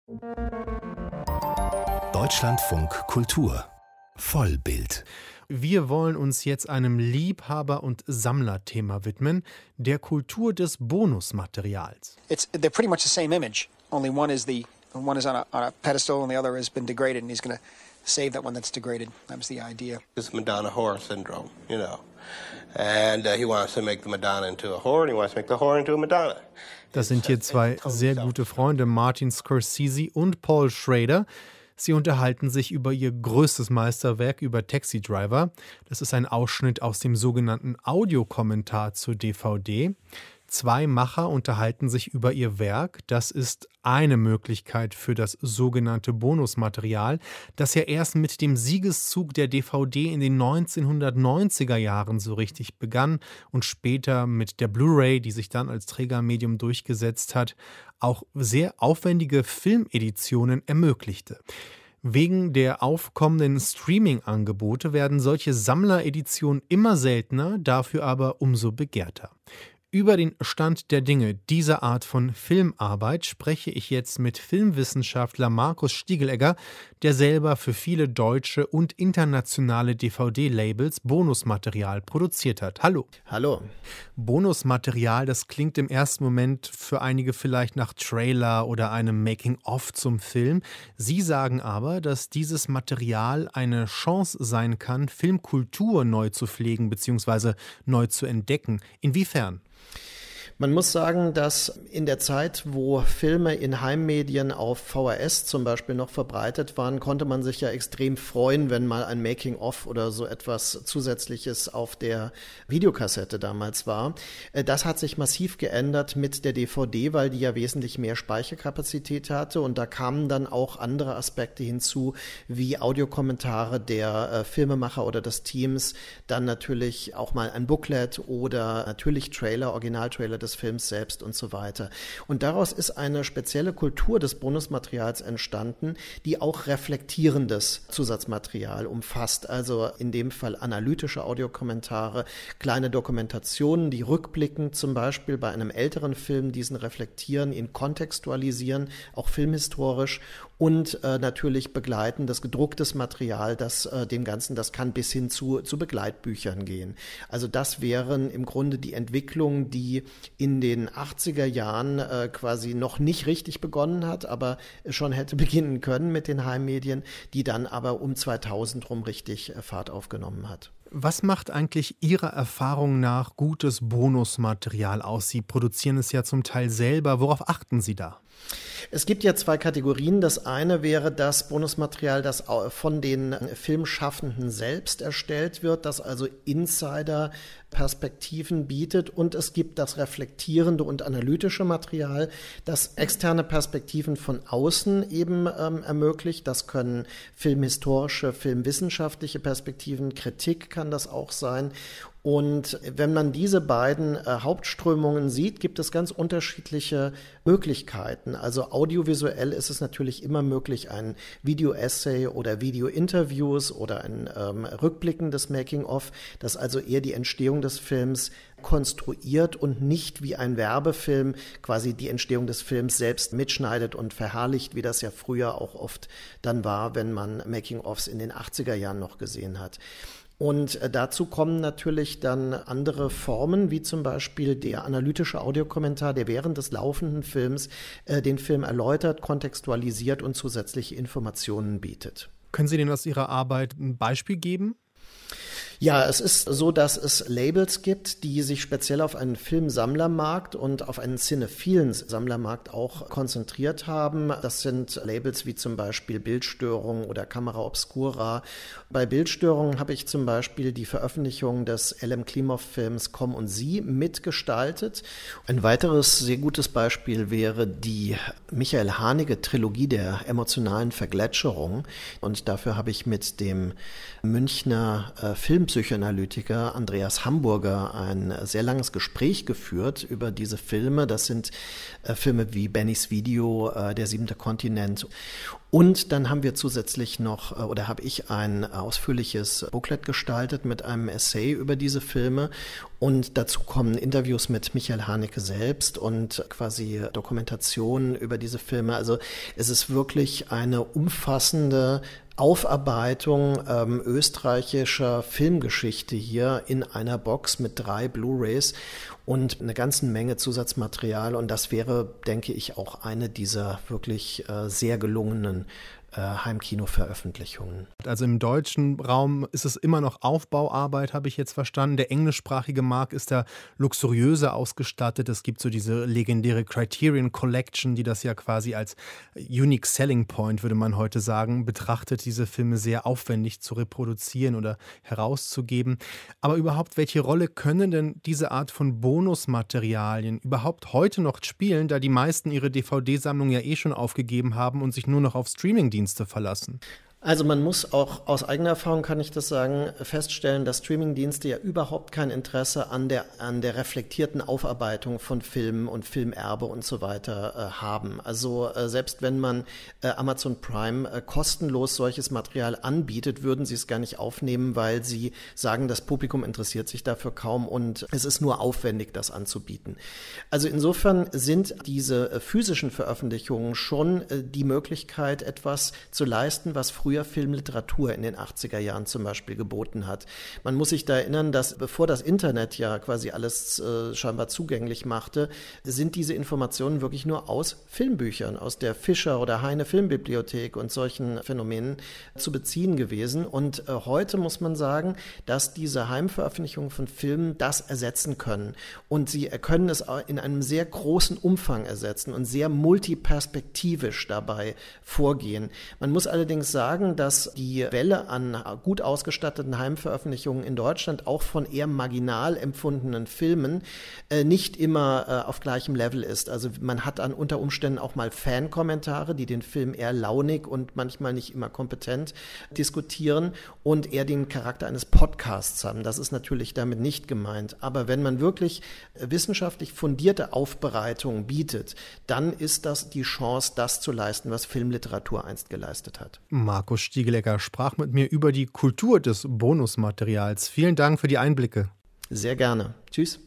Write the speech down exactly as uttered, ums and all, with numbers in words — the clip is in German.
Deutschlandfunk Kultur Vollbild. Wir wollen uns jetzt einem Liebhaber- und Sammlerthema widmen, der Kultur des Bonusmaterials. It's they're pretty much the same image. Only one is the one is on a, on a pedestal and the other has been degraded, and he's going to save that one that's degraded. That was the idea. It's Madonna whore syndrome, you know. And uh, he wants to make the Madonna into a whore, and he wants to make the whore into a Madonna. Das sind hier zwei sehr gute Freunde, Martin Scorsese und Paul Schrader. Sie unterhalten sich über ihr größtes Meisterwerk, über Taxi Driver. Das ist ein Ausschnitt aus dem sogenannten Audiokommentar zur D V D. Zwei Macher unterhalten sich über ihr Werk. Das ist eine Möglichkeit für das sogenannte Bonusmaterial, das ja erst mit dem Siegeszug der D V D in den neunzehnhundertneunziger Jahren so richtig begann und später mit der Blu-ray, die sich dann als Trägermedium durchgesetzt hat, auch sehr aufwendige Filmeditionen ermöglichte. Wegen der aufkommenden Streaming-Angebote werden solche Sammlereditionen immer seltener, dafür aber umso begehrter. Über den Stand der Dinge dieser Art von Filmarbeit spreche ich jetzt mit Filmwissenschaftler Markus Stiegelegger, der selber für viele deutsche und internationale D V D-Labels Bonusmaterial produziert hat. Hallo. Hallo. Bonusmaterial, das klingt im ersten Moment für einige vielleicht nach Trailer oder einem Making-of zum Film. Sie sagen aber, dass dieses Material eine Chance sein kann, Filmkultur neu zu pflegen bzw. neu zu entdecken. Inwiefern? Man muss sagen, dass in der Zeit, wo Filme in Heimmedien auf V H S zum Beispiel noch verbreitet waren, konnte man sich ja extrem freuen, wenn mal ein Making-of oder so etwas Zusätzliches auf der Videokassette damals war. Das hat sich massiv geändert mit der D V D, weil die ja wesentlich mehr Speicherkapazität hatte, und da kamen dann auch andere Aspekte hinzu, wie Audiokommentare der äh, Filmemacher oder des Teams, dann natürlich auch mal ein Booklet oder natürlich Trailer, Originaltrailer des Films selbst und so weiter. Und daraus ist eine spezielle Kultur des Bonusmaterials entstanden, die auch reflektierendes Zusatzmaterial umfasst. Also in dem Fall analytische Audiokommentare, kleine Dokumentationen, die rückblickend zum Beispiel bei einem älteren Film diesen reflektieren, ihn kontextualisieren, auch filmhistorisch, und äh, natürlich begleitendes gedrucktes Material, das äh, dem Ganzen, das kann bis hin zu, zu Begleitbüchern gehen. Also das wären im Grunde die Entwicklungen, die in den achtziger Jahren äh, quasi noch nicht richtig begonnen hat, aber schon hätte beginnen können mit den Heimmedien, die dann aber um zweitausend rum richtig äh, Fahrt aufgenommen hat. Was macht eigentlich Ihrer Erfahrung nach gutes Bonusmaterial aus? Sie produzieren es ja zum Teil selber. Worauf achten Sie da? Es gibt ja zwei Kategorien. Das eine wäre das Bonusmaterial, das von den Filmschaffenden selbst erstellt wird, das also Insider-Perspektiven bietet, und es gibt das reflektierende und analytische Material, das externe Perspektiven von außen eben ähm, ermöglicht. Das können filmhistorische, filmwissenschaftliche Perspektiven, Kritik kann das auch sein. Und wenn man diese beiden äh, Hauptströmungen sieht, gibt es ganz unterschiedliche Möglichkeiten. Also audiovisuell ist es natürlich immer möglich, ein Video-Essay oder Video-Interviews oder ein ähm, rückblickendes Making-of, das also eher die Entstehung des Films konstruiert und nicht wie ein Werbefilm quasi die Entstehung des Films selbst mitschneidet und verherrlicht, wie das ja früher auch oft dann war, wenn man Making-ofs in den achtziger Jahren noch gesehen hat. Und dazu kommen natürlich dann andere Formen, wie zum Beispiel der analytische Audiokommentar, der während des laufenden Films äh, den Film erläutert, kontextualisiert und zusätzliche Informationen bietet. Können Sie denn aus Ihrer Arbeit ein Beispiel geben? Ja, es ist so, dass es Labels gibt, die sich speziell auf einen Filmsammlermarkt und auf einen cinephilen Sammlermarkt auch konzentriert haben. Das sind Labels wie zum Beispiel Bildstörung oder Camera Obscura. Bei Bildstörung habe ich zum Beispiel die Veröffentlichung des L M Klimov-Films Komm und Sie mitgestaltet. Ein weiteres sehr gutes Beispiel wäre die Michael Haneke Trilogie der emotionalen Vergletscherung. Und dafür habe ich mit dem Münchner äh, Film Filmpsychoanalytiker Andreas Hamburger ein sehr langes Gespräch geführt über diese Filme. Das sind äh, Filme wie Bennys Video, äh, Der siebente Kontinent. Und dann haben wir zusätzlich noch, äh, oder habe ich ein ausführliches Booklet gestaltet mit einem Essay über diese Filme. Und dazu kommen Interviews mit Michael Haneke selbst und quasi Dokumentationen über diese Filme. Also es ist wirklich eine umfassende Aufarbeitung ähm, österreichischer Filmgeschichte hier in einer Box mit drei Blu-rays und eine ganze Menge Zusatzmaterial. Und das wäre, denke ich, auch eine dieser wirklich äh, sehr gelungenen Heimkino-Veröffentlichungen. Also im deutschen Raum ist es immer noch Aufbauarbeit, habe ich jetzt verstanden. Der englischsprachige Markt ist da luxuriöser ausgestattet. Es gibt so diese legendäre Criterion Collection, die das ja quasi als Unique Selling Point, würde man heute sagen, betrachtet, diese Filme sehr aufwendig zu reproduzieren oder herauszugeben. Aber überhaupt, welche Rolle können denn diese Art von Bonusmaterialien überhaupt heute noch spielen, da die meisten ihre D V D-Sammlung ja eh schon aufgegeben haben und sich nur noch auf Streamingdienste verlassen? Also man muss auch, aus eigener Erfahrung kann ich das sagen, feststellen, dass Streamingdienste ja überhaupt kein Interesse an der, an der reflektierten Aufarbeitung von Filmen und Filmerbe und so weiter äh, haben. Also äh, selbst wenn man äh, Amazon Prime äh, kostenlos solches Material anbietet, würden sie es gar nicht aufnehmen, weil sie sagen, das Publikum interessiert sich dafür kaum und es ist nur aufwendig, das anzubieten. Also insofern sind diese äh, physischen Veröffentlichungen schon äh, die Möglichkeit, etwas zu leisten, was früher früher Filmliteratur in den achtziger Jahren zum Beispiel geboten hat. Man muss sich da erinnern, dass bevor das Internet ja quasi alles äh, scheinbar zugänglich machte, sind diese Informationen wirklich nur aus Filmbüchern, aus der Fischer- oder Heine Filmbibliothek und solchen Phänomenen zu beziehen gewesen. Und äh, heute muss man sagen, dass diese Heimveröffentlichungen von Filmen das ersetzen können. Und sie können es in einem sehr großen Umfang ersetzen und sehr multiperspektivisch dabei vorgehen. Man muss allerdings sagen, dass die Welle an gut ausgestatteten Heimveröffentlichungen in Deutschland auch von eher marginal empfundenen Filmen äh, nicht immer äh, auf gleichem Level ist. Also man hat an unter Umständen auch mal Fan-Kommentare, die den Film eher launig und manchmal nicht immer kompetent diskutieren und eher den Charakter eines Podcasts haben. Das ist natürlich damit nicht gemeint. Aber wenn man wirklich wissenschaftlich fundierte Aufbereitungen bietet, dann ist das die Chance, das zu leisten, was Filmliteratur einst geleistet hat. Markus Stiegelecker sprach mit mir über die Kultur des Bonusmaterials. Vielen Dank für die Einblicke. Sehr gerne. Tschüss.